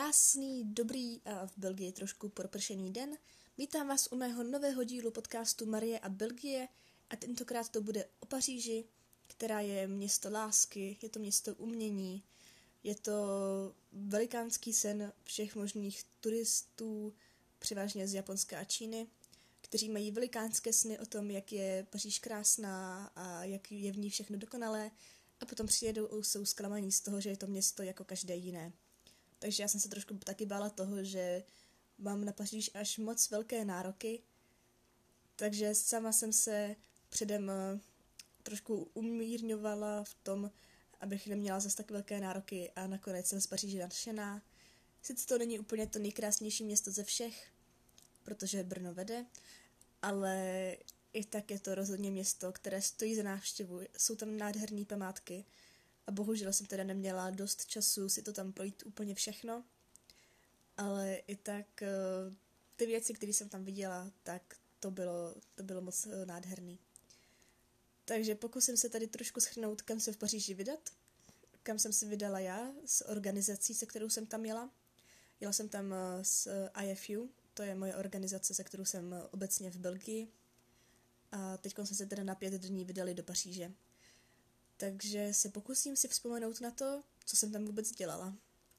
Krásný, dobrý a v Belgii trošku propršený den. Vítám vás u mého nového dílu podcastu Marie a Belgie a tentokrát to bude o Paříži, která je město lásky, je to město umění, je to velikánský sen všech možných turistů, převážně z Japonska a Číny, kteří mají velikánské sny o tom, jak je Paříž krásná a jak je v ní všechno dokonalé a potom přijedou a jsou zklamaní z toho, že je to město jako každé jiné. Takže já jsem se trošku taky bála toho, že mám na Paříž až moc velké nároky, takže sama jsem se předem trošku umírňovala v tom, abych neměla zase tak velké nároky a nakonec jsem z Paříže nadšená. Sice to není úplně to nejkrásnější město ze všech, protože Brno vede, ale i tak je to rozhodně město, které stojí za návštěvu. Jsou tam nádherné památky a bohužel jsem teda neměla dost času si to tam projít úplně všechno, ale i tak ty věci, které jsem tam viděla, tak to bylo moc nádherný. Takže pokusím se tady trošku shrnout, kam se v Paříži vydat, kam jsem se vydala já s organizací, se kterou jsem tam jela. Jela jsem tam s IFU, to je moje organizace, se kterou jsem obecně v Belgii. A teď jsme se teda na 5 dní vydali do Paříže. Takže se pokusím si vzpomenout na to, co jsem tam vůbec dělala.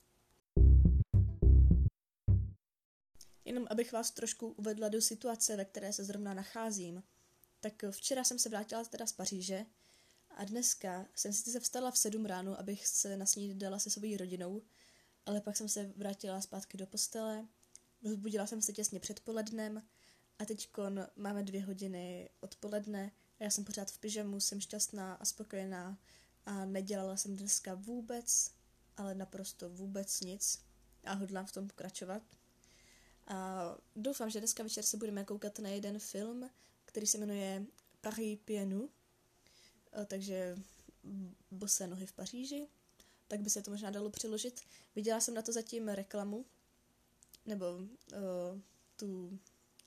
Jenom abych vás trošku uvedla do situace, ve které se zrovna nacházím. Tak včera jsem se vrátila teda z Paříže a dneska jsem si vstala v 7 ráno, abych se na snídani dala se svojí rodinou, ale pak jsem se vrátila zpátky do postele, vzbudila jsem se těsně před polednem a teďkon máme 2 hodiny odpoledne a já jsem pořád v pyžamu, jsem šťastná a spokojená a nedělala jsem dneska vůbec, ale naprosto vůbec nic a hodlám v tom pokračovat. A doufám, že dneska večer se budeme koukat na jeden film, který se jmenuje Paris Pieds Nus, takže bosé nohy v Paříži, tak by se to možná dalo přeložit. Viděla jsem na to zatím reklamu, nebo tu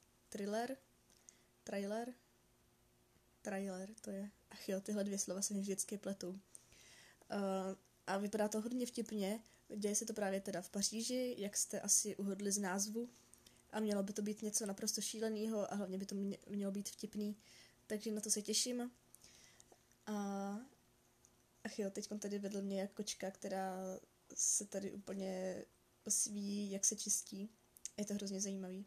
trailer, to je, ach jo, tyhle 2 slova se mi vždycky pletou. A vypadá to hodně vtipně, děje se to právě teda v Paříži, jak jste asi uhodli z názvu, a mělo by to být něco naprosto šíleného a hlavně by to mělo být vtipný, takže na to se těším. Ach jo, teď tady vedle mě je kočka, která se tady úplně osví, jak se čistí. Je to hrozně zajímavý.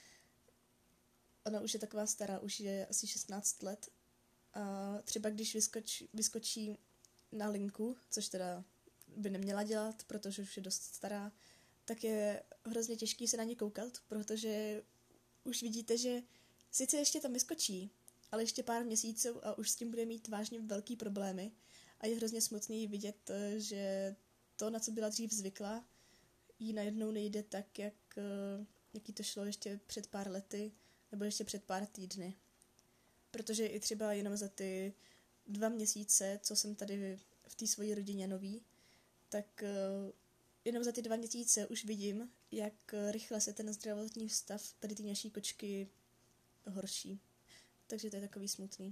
Ona už je taková stará, už je asi 16 let. A třeba když vyskočí na linku, což teda by neměla dělat, protože už je dost stará, tak je hrozně těžký se na ně koukat, protože už vidíte, že sice ještě tam vyskočí, ale ještě pár měsíců a už s tím bude mít vážně velký problémy. A je hrozně smutný vidět, že to, na co byla dřív zvykla, jí najednou nejde tak, jaký to šlo ještě před pár lety, nebo ještě před pár týdny. Protože i třeba jenom za ty 2 měsíce, co jsem tady v té svojí rodině nový, tak jenom za ty 2 měsíce už vidím, jak rychle se ten zdravotní stav tady ty naší kočky horší. Takže to je takový smutný.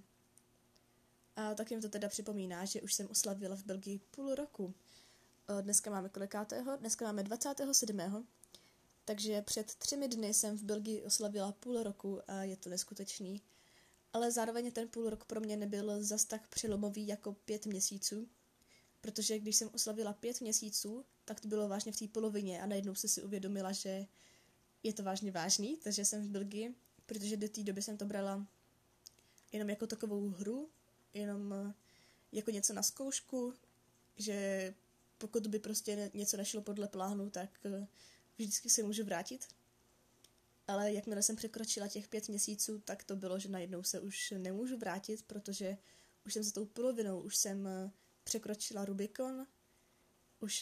A tak jim to teda připomíná, že už jsem oslavila v Belgii půl roku. Dneska máme kolikátého? Dneska máme 27. Takže před 3 dny jsem v Belgii oslavila půl roku a je to neskutečný. Ale zároveň ten půl rok pro mě nebyl zas tak přelomový jako 5 měsíců. Protože když jsem oslavila 5 měsíců, tak to bylo vážně v té polovině a najednou jsem si uvědomila, že je to vážně vážný, takže jsem v Belgii, protože do té doby jsem to brala jenom jako takovou hru, jenom jako něco na zkoušku, že pokud by prostě něco nešlo podle plánu, tak vždycky se můžu vrátit. Ale jakmile jsem překročila těch 5 měsíců, tak to bylo, že najednou se už nemůžu vrátit, protože už jsem za tou polovinou, už jsem překročila Rubikon, už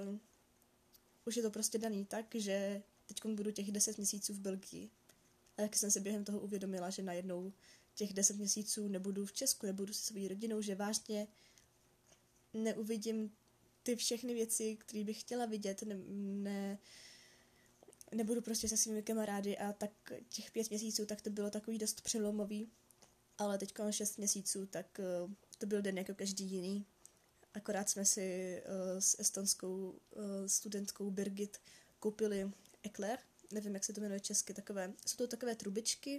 je to prostě daný tak, že teď budu těch 10 měsíců v Belgii. A jak jsem se během toho uvědomila, že najednou těch 10 měsíců nebudu v Česku, nebudu se svojí rodinou, že vážně neuvidím ty všechny věci, které bych chtěla vidět, nebudu prostě se svými kamarády a tak těch 5 měsíců, tak to bylo takový dost přelomový. Ale teď 6 měsíců, tak to byl den jako každý jiný. Akorát jsme si s estonskou studentkou Birgit koupili eclair, nevím, jak se to jmenuje česky, jsou to takové trubičky,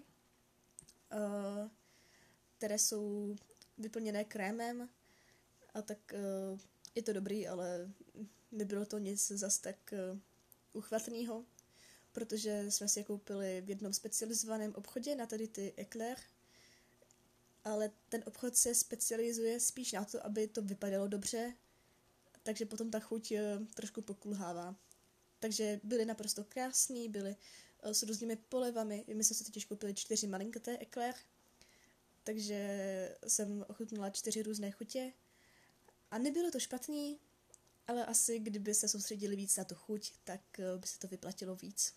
které jsou vyplněné krémem a tak je to dobrý, ale nebylo to nic zas tak uchvatného, protože jsme si je koupili v jednom specializovaném obchodě na tady ty eclair, ale ten obchod se specializuje spíš na to, aby to vypadalo dobře, takže potom ta chuť trošku pokulhává. Takže byly naprosto krásný, byly s různými polevami. My jsme si totiž koupili 4 malinkaté eclair, takže jsem ochutnala 4 různé chutě. A nebylo to špatný, ale asi kdyby se soustředili víc na tu chuť, tak by se to vyplatilo víc.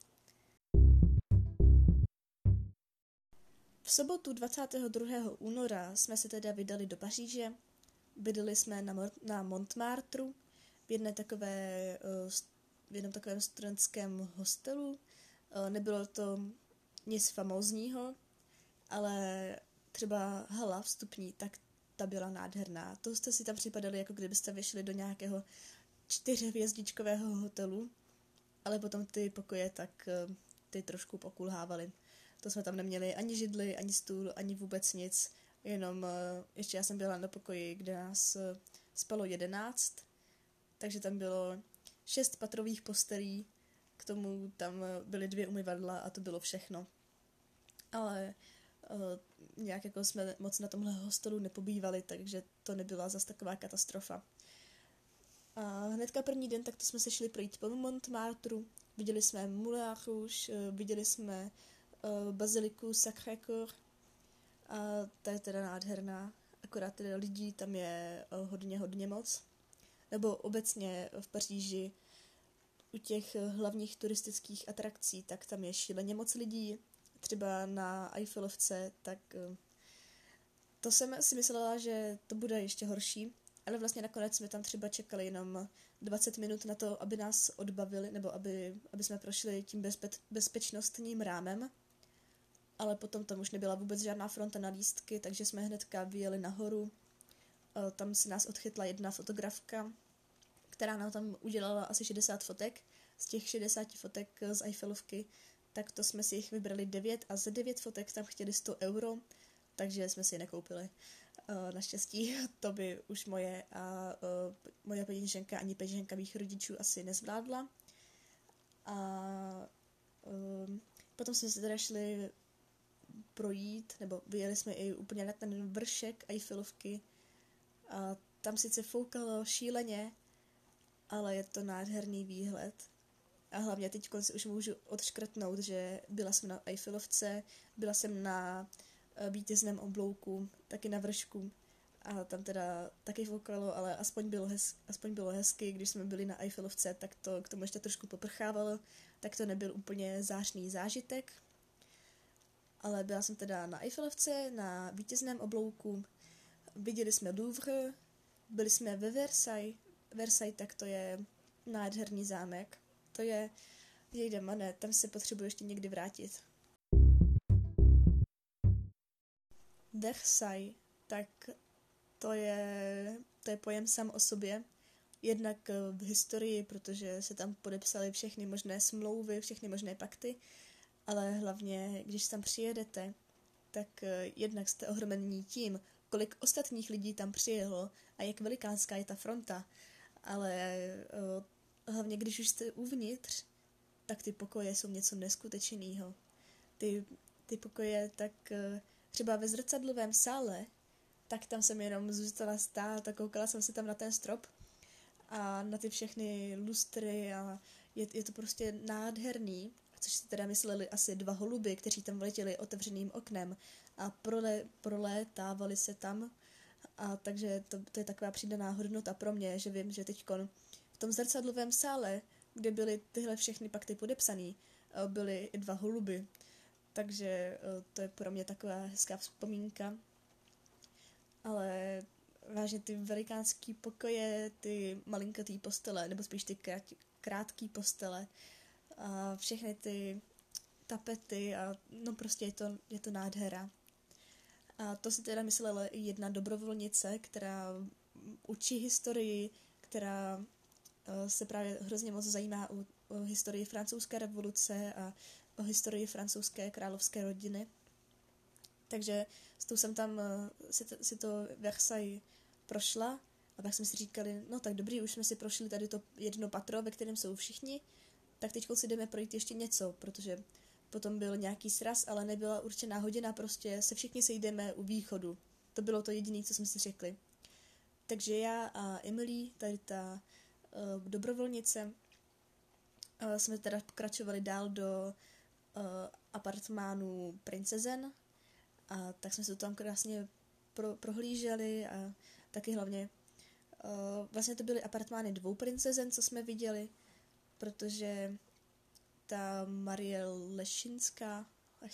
V sobotu 22. února jsme se teda vydali do Paříže. Bydleli jsme na Montmartre v jednom takovém studentském hostelu. Nebylo to nic famózního, ale třeba hala vstupní, tak ta byla nádherná. To jste si tam připadali, jako kdybyste vyšli do nějakého 4hvězdičkového hotelu, ale potom ty pokoje tak ty trošku pokulhávaly. To jsme tam neměli ani židli, ani stůl, ani vůbec nic, jenom ještě já jsem byla na pokoji, kde nás spalo 11, takže tam bylo 6 patrových postelí, k tomu tam byly 2 umyvadla a to bylo všechno. Ale nějak jako jsme moc na tomhle hostelu nepobývali, takže to nebyla zas taková katastrofa. A hnedka první den tak to jsme se šli projít po Montmartre, viděli jsme Moulin Rouge, viděli jsme baziliku Sacré-Cœur a ta je teda nádherná, akorát teda lidí tam je hodně moc. Nebo obecně v Paříži u těch hlavních turistických atrakcí, tak tam je šíleně moc lidí. Třeba na Eiffelovce, tak to jsem si myslela, že to bude ještě horší, ale vlastně nakonec jsme tam třeba čekali jenom 20 minut na to, aby nás odbavili, nebo aby jsme prošli tím bezpečnostním rámem, ale potom tam už nebyla vůbec žádná fronta na lístky, takže jsme hnedka vyjeli nahoru. Tam si nás odchytla jedna fotografka, která nám tam udělala asi 60 fotek. Z těch 60 fotek z Eiffelovky, tak to jsme si jich vybrali 9 a ze 9 fotek tam chtěli 100 euro, takže jsme si je nekoupili. Naštěstí to by už moje peněženka ani peněženka mých rodičů asi nezvládla. A potom jsme se teda šli projít, nebo vyjeli jsme i úplně na ten vršek Eiffelovky a tam sice foukalo šíleně, ale je to nádherný výhled. A hlavně teď už můžu odškrtnout, že byla jsem na Eiffelovce, byla jsem na vítězném oblouku, taky na vršku. A tam teda taky foukalo, ale aspoň bylo hezky, když jsme byli na Eiffelovce, tak to k tomu ještě trošku poprchávalo, tak to nebyl úplně zářný zážitek. Ale byla jsem teda na Eiffelovce, na vítězném oblouku, viděli jsme Louvre, byli jsme ve Versailles. Versailles, tak to je nádherný zámek. To je jejdemane, tam se potřebuji ještě někdy vrátit. Versailles, tak to je pojem sám o sobě. Jednak v historii, protože se tam podepsaly všechny možné smlouvy, všechny možné pakty, ale hlavně, když tam přijedete, tak jednak jste ohromení tím, kolik ostatních lidí tam přijelo a jak velikánská je ta fronta, ale hlavně, když už jste uvnitř, tak ty pokoje jsou něco neskutečného. Ty pokoje, tak třeba ve zrcadlovém sále, tak tam jsem jenom zůstala stát a koukala jsem se tam na ten strop a na ty všechny lustry a je to prostě nádherný, což si teda mysleli asi 2 holuby, kteří tam vletěli otevřeným oknem a prolétávali se tam. A takže to je taková přidaná hodnota pro mě, že vím, že teďkon v tom zrcadlovém sále, kde byly tyhle všechny pakty podepsaný, byly i 2 holuby. Takže to je pro mě taková hezká vzpomínka. Ale vážně ty velikánský pokoje, ty malinkatý postele, nebo spíš ty krátký postele, a všechny ty tapety a no prostě je to nádhera. A to si teda myslela i jedna dobrovolnice, která učí historii, která se právě hrozně moc zajímá o historii francouzské revoluce a o historii francouzské královské rodiny. Takže s tou jsem tam si to Versailles prošla a pak jsme si říkali, no tak dobrý, už jsme si prošli tady to jedno patro, ve kterém jsou všichni, tak teď si jdeme projít ještě něco, protože potom byl nějaký sraz, ale nebyla určená hodina, prostě se všichni sejdeme u východu. To bylo to jediné, co jsme si řekli. Takže já a Emily, tady ta dobrovolnice, jsme teda pokračovali dál do apartmánu princezen a tak jsme se to tam krásně prohlíželi a taky hlavně vlastně to byly apartmány 2 princezen, co jsme viděli, protože ta Marie Lešinská,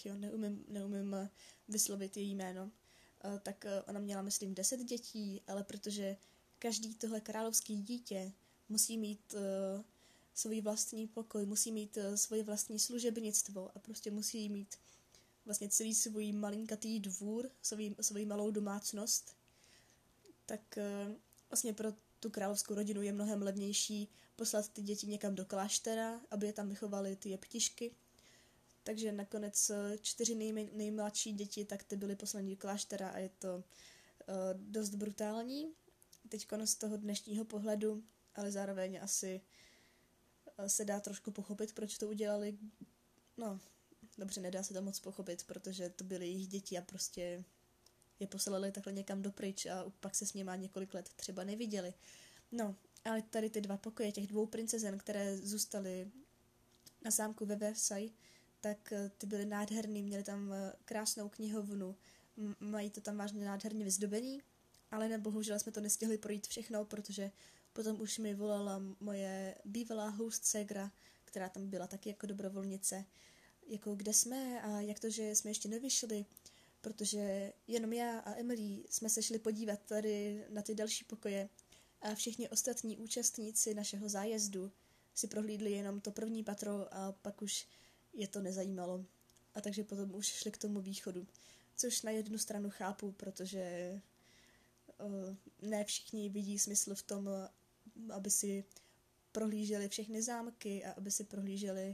neumím vyslovit její jméno, tak ona měla, myslím, 10 dětí, ale protože každý tohle královský dítě musí mít svůj vlastní pokoj, musí mít svoje vlastní služebnictvo a prostě musí mít vlastně celý svůj malinkatý dvůr, svoji malou domácnost, tak vlastně pro tu královskou rodinu je mnohem levnější poslat ty děti někam do kláštera, aby je tam vychovaly ty jeptišky. Takže nakonec 4 nejmladší děti, tak ty byly poslany do kláštera a je to dost brutální. Teď z toho dnešního pohledu, ale zároveň asi se dá trošku pochopit, proč to udělali. No, dobře, nedá se to moc pochopit, protože to byly jejich děti a prostě je poslali takhle někam dopryč a pak se s nimi několik let třeba neviděli. No, ale tady ty 2 pokoje těch 2 princezen, které zůstaly na zámku ve Versailles, tak ty byly nádherný, měli tam krásnou knihovnu, mají to tam vážně nádherně vyzdobený, ale bohužel jsme to nestihli projít všechno, protože potom už mi volala moje bývalá hostségra, která tam byla taky jako dobrovolnice, jako kde jsme a jak to, že jsme ještě nevyšli, protože jenom já a Emily jsme se šli podívat tady na ty další pokoje a všichni ostatní účastníci našeho zájezdu si prohlídli jenom to první patro a pak už je to nezajímalo. A takže potom už šli k tomu východu. Což na jednu stranu chápu, protože ne všichni vidí smysl v tom, aby si prohlíželi všechny zámky a aby si prohlíželi,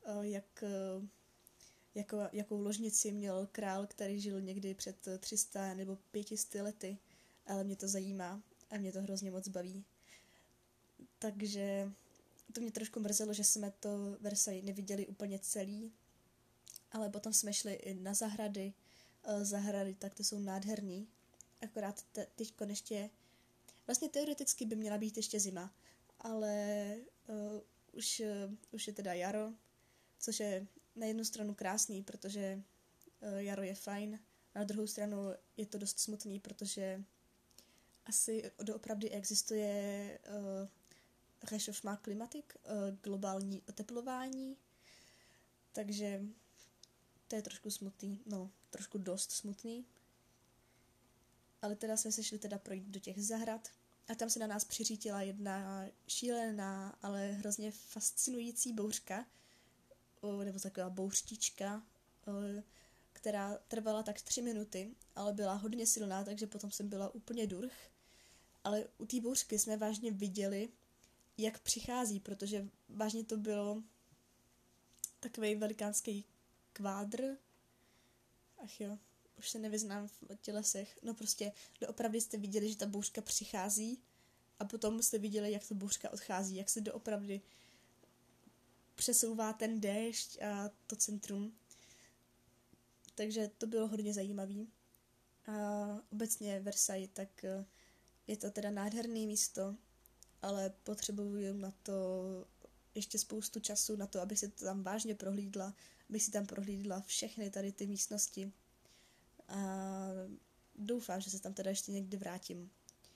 jakou ložnici měl král, který žil někdy před 300 nebo 500 lety. Ale mě to zajímá a mě to hrozně moc baví. Takže to mě trošku mrzelo, že jsme to Versailles neviděli úplně celý, ale potom jsme šli i na zahrady. Zahrady, tak to jsou nádherný. Akorát teďko ještě, vlastně teoreticky by měla být ještě zima, ale už je teda jaro, což je na jednu stranu krásný, protože jaro je fajn, a na druhou stranu je to dost smutný, protože asi doopravdy existuje réchauffement climatique, globální oteplování, takže to je trošku smutný, no, trošku dost smutný. Ale teda jsme se šli teda projít do těch zahrad a tam se na nás přiřítila jedna šílená, ale hrozně fascinující bouřka, nebo taková bouřtička, která trvala tak 3 minuty, ale byla hodně silná, takže potom jsem byla úplně durch. Ale u té bouřky jsme vážně viděli, jak přichází, protože vážně to bylo takovej velikánský kvádr. Ach jo, už se nevyznám v tělesech. No prostě doopravdy jste viděli, že ta bouřka přichází a potom jste viděli, jak ta bouřka odchází, jak se doopravdy přesouvá ten déšť a to centrum. Takže to bylo hodně zajímavý. A obecně Versailles, tak je to teda nádherný místo, ale potřebuju na to ještě spoustu času na to, abych si to tam vážně prohlídla, abych si tam prohlídla všechny tady ty místnosti. A doufám, že se tam teda ještě někdy vrátím.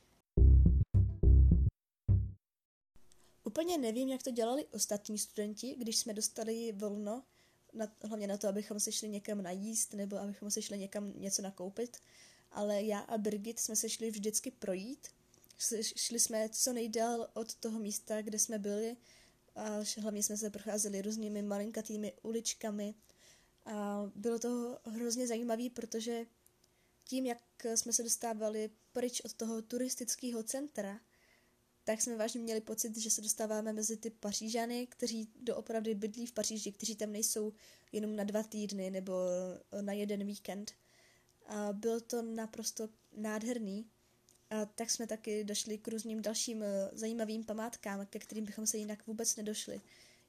Úplně nevím, jak to dělali ostatní studenti, když jsme dostali volno, hlavně na to, abychom se šli někam najíst nebo abychom se šli někam něco nakoupit, ale já a Birgit jsme se šli vždycky projít. Šli jsme co nejdál od toho místa, kde jsme byli a hlavně jsme se procházeli různými malinkatými uličkami a bylo to hrozně zajímavé, protože tím, jak jsme se dostávali pryč od toho turistického centra, tak jsme vážně měli pocit, že se dostáváme mezi ty Pařížany, kteří doopravdy bydlí v Paříži, kteří tam nejsou jenom na 2 týdny nebo na 1 víkend. A bylo to naprosto nádherný. A tak jsme taky došli k různým dalším zajímavým památkám, ke kterým bychom se jinak vůbec nedošli.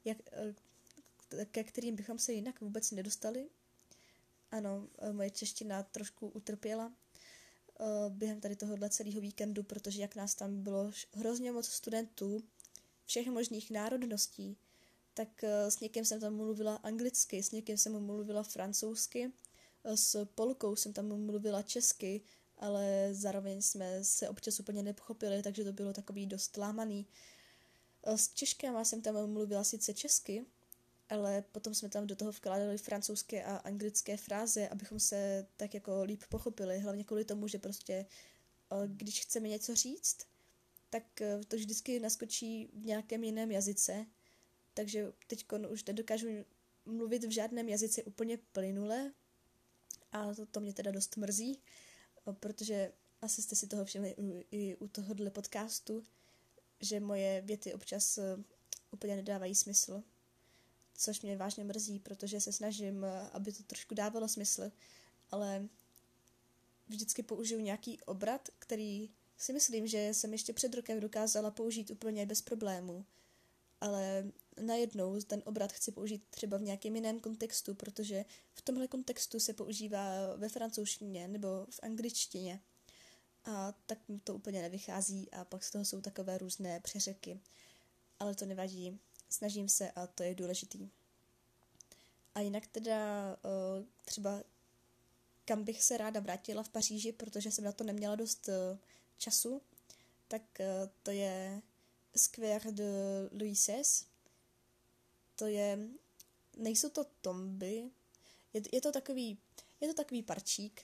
Ke kterým bychom se jinak vůbec nedostali. Ano, moje čeština trošku utrpěla během tady tohohle celého víkendu, protože jak nás tam bylo hrozně moc studentů všech možných národností, tak s někým jsem tam mluvila anglicky, s někým jsem mluvila francouzsky, s Polkou jsem tam mluvila česky, ale zároveň jsme se občas úplně nepochopili, takže to bylo takový dost lámaný. S Češkama jsem tam mluvila sice česky, ale potom jsme tam do toho vkládali francouzské a anglické fráze, abychom se tak jako líp pochopili, hlavně kvůli tomu, že prostě když chceme něco říct, tak to vždycky naskočí v nějakém jiném jazyce, takže teď už nedokážu mluvit v žádném jazyce úplně plynule a to mě teda dost mrzí, protože asi jste si toho všimli i u tohohle podcastu, že moje věty občas úplně nedávají smysl. Což mě vážně mrzí, protože se snažím, aby to trošku dávalo smysl, ale vždycky použiju nějaký obrat, který si myslím, že jsem ještě před rokem dokázala použít úplně bez problémů. Ale najednou ten obrat chci použít třeba v nějakém jiném kontextu, protože v tomhle kontextu se používá ve francouzštině nebo v angličtině. A tak to úplně nevychází a pak z toho jsou takové různé přeřeky. Ale to nevadí. Snažím se a to je důležitý. A jinak teda třeba kam bych se ráda vrátila v Paříži, protože jsem na to neměla dost času, tak to je Square de Louis XVI. To je, nejsou to tomby, je to takový parčík,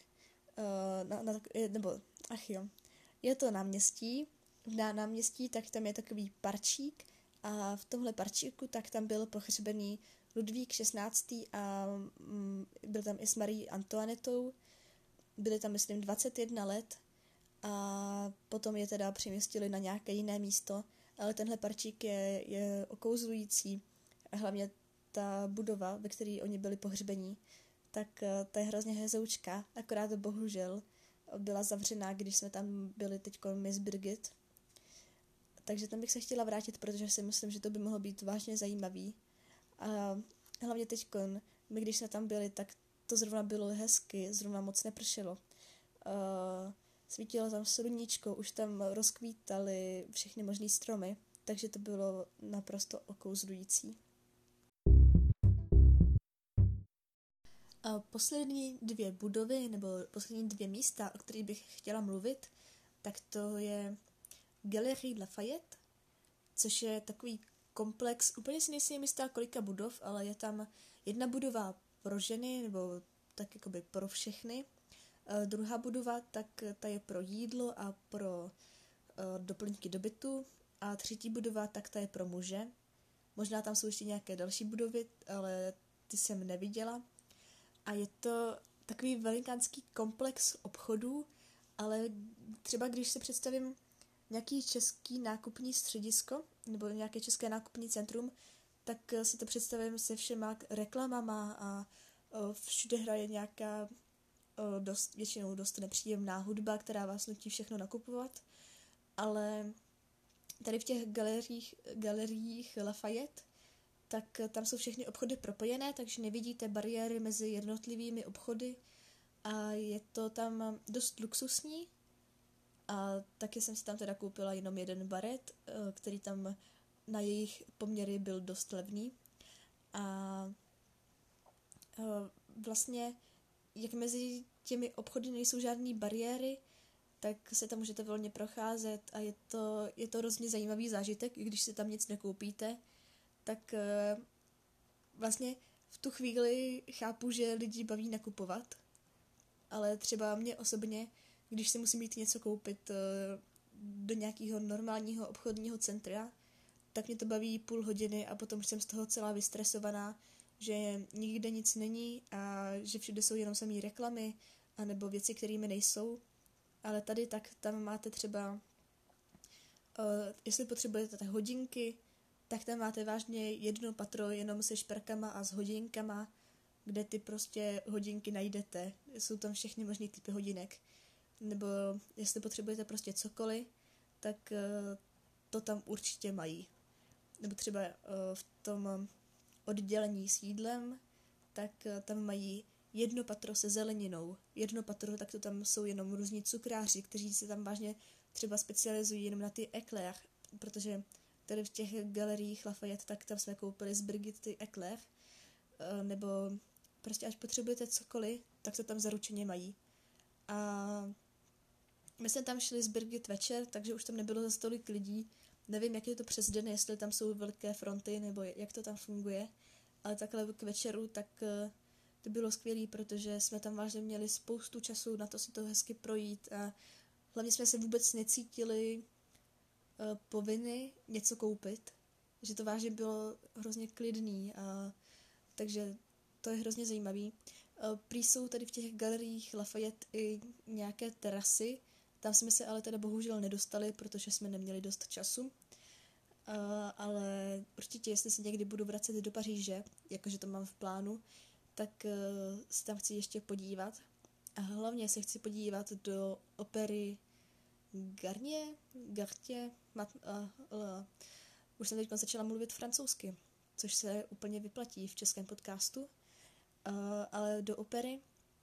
je to náměstí, na náměstí, tak tam je takový parčík a v tomhle parčíku tak tam byl pohřbený Ludvík XVI. A byl tam i s Marí Antoinetou, byli tam myslím 21 let a potom je teda přemístili na nějaké jiné místo, ale tenhle parčík je okouzlující, hlavně ta budova, ve které oni byli pohřbení, tak ta je hrozně hezoučka, akorát bohužel byla zavřená, když jsme tam byli teďko Miss Birgit. Takže tam bych se chtěla vrátit, protože si myslím, že to by mohlo být vážně zajímavý. A hlavně teďko, my když jsme tam byli, tak to zrovna bylo hezky, zrovna moc nepršelo. Svítilo tam sluníčko, už tam rozkvítaly všechny možný stromy, takže to bylo naprosto okouzlující. A poslední 2 budovy, nebo poslední 2 místa, o kterých bych chtěla mluvit, tak to je Galerie Lafayette, což je takový komplex, úplně si nejsem jistá kolika budov, ale je tam jedna budova pro ženy, nebo tak jakoby pro všechny. Druhá budova, tak ta je pro jídlo a pro doplňky do bytu. A třetí budova, tak ta je pro muže. Možná tam jsou ještě nějaké další budovy, ale ty jsem neviděla. A je to takový velikánský komplex obchodů, ale třeba když si představím nějaký český nákupní středisko nebo nějaké české nákupní centrum, tak si to představím se všema reklamama a všude hraje nějaká většinou dost nepříjemná hudba, která vás nutí všechno nakupovat, ale tady v těch galeriích Lafayette, tak tam jsou všechny obchody propojené, takže nevidíte bariéry mezi jednotlivými obchody a je to tam dost luxusní. A taky jsem si tam teda koupila jenom jeden baret, který tam na jejich poměry byl dost levný. A vlastně, jak mezi těmi obchody nejsou žádné bariéry, tak se tam můžete volně procházet a je to hrozně zajímavý zážitek, i když si tam nic nekoupíte, tak vlastně v tu chvíli chápu, že lidi baví nakupovat, ale třeba mě osobně, když si musím jít něco koupit do nějakého normálního obchodního centra, tak mě to baví půl hodiny a potom jsem z toho celá vystresovaná, že nikde nic není a že všude jsou jenom samý reklamy anebo věci, kterými nejsou. Ale tady tak tam máte třeba Jestli potřebujete hodinky, tak tam máte vážně jedno patro jenom se šperkama a s hodinkama, kde ty prostě hodinky najdete. Jsou tam všechny možný typy hodinek. Nebo jestli potřebujete prostě cokoliv, tak to tam určitě mají. Nebo třeba v tom oddělení s jídlem, tak tam mají jedno patro se zeleninou. Jedno patro, tak to tam jsou jenom různí cukráři, kteří se tam vážně třeba specializují jenom na ty eclair, protože tady v těch galeriích Lafayette, tak tam jsme koupili z Brigitte ty eclair, nebo prostě až potřebujete cokoliv, tak to tam zaručeně mají. A my jsme tam šli z Brigitte večer, takže už tam nebylo zase tolik lidí. Nevím, jak je to přes den, jestli tam jsou velké fronty, nebo jak to tam funguje. Ale takhle k večeru, tak to bylo skvělé, protože jsme tam vážně měli spoustu času na to si to hezky projít a hlavně jsme se vůbec necítili povinni něco koupit. Že to vážně bylo hrozně klidný, takže to je hrozně zajímavý. Prý jsou tady v těch galeriích Lafayette i nějaké terasy, tam jsme se ale teda bohužel nedostali, protože jsme neměli dost času. Ale určitě, jestli se někdy budu vracet do Paříže, jakože to mám v plánu, tak se tam chci ještě podívat. A hlavně se chci podívat do opery Garnier, už jsem teď začala mluvit francouzsky, což se úplně vyplatí v českém podcastu, ale do opery.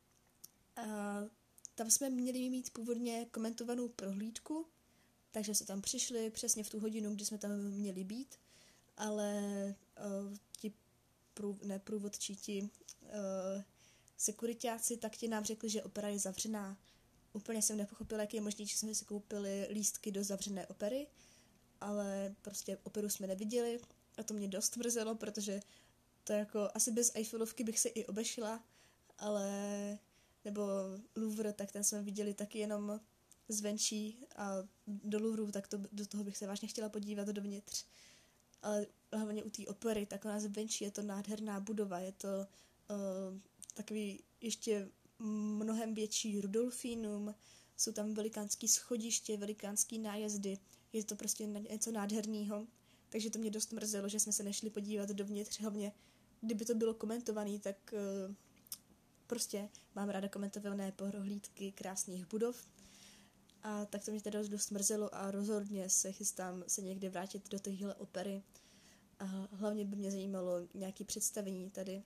Tam jsme měli mít původně komentovanou prohlídku, takže se tam přišli přesně v tu hodinu, kdy jsme tam měli být, ale ti průvodčí, ti sekuritáci, tak ti nám řekli, že opera je zavřená. Úplně jsem nepochopila, jak je možné, že jsme si koupili lístky do zavřené opery, ale prostě operu jsme neviděli a to mě dost mrzelo, protože to jako asi bez Eiffelovky bych se i obešla, ale nebo Louvre, tak ten jsme viděli taky jenom zvenčí a do Louvru, tak do toho bych se vážně chtěla podívat dovnitř. Ale hlavně u té opery, tak ona zvenčí je to nádherná budova, je to takový ještě mnohem větší Rudolfínum, jsou tam velikánský schodiště, velikánský nájezdy, je to prostě něco nádherného, takže to mě dost mrzelo, že jsme se nešli podívat dovnitř, hlavně kdyby to bylo komentovaný, tak prostě mám ráda komentované prohlídky krásných budov. A tak to mě teda dost mrzelo a rozhodně se chystám se někdy vrátit do téhle opery. A hlavně by mě zajímalo nějaké představení tady.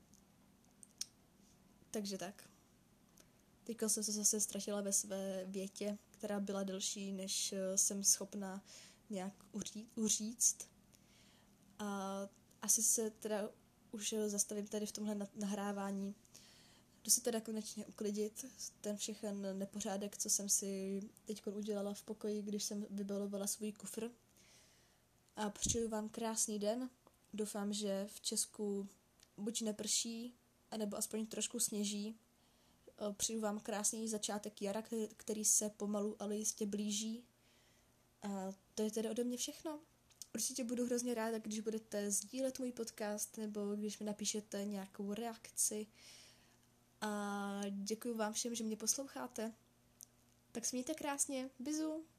Takže tak. Teď jsem se zase ztratila ve své větě, která byla delší, než jsem schopná nějak uříct. A asi se teda už zastavím tady v tomhle nahrávání. Jdu se teda konečně uklidit, ten všechen nepořádek, co jsem si teď udělala v pokoji, když jsem vybalovala svůj kufr. A přeju vám krásný den. Doufám, že v Česku buď neprší, anebo aspoň trošku sněží. Přeju vám krásný začátek jara, který se pomalu, ale jistě blíží. A to je tedy ode mě všechno. Určitě budu hrozně ráda, když budete sdílet můj podcast, nebo když mi napíšete nějakou reakci. A děkuji vám všem, že mě posloucháte. Tak se mějte krásně. Bizu.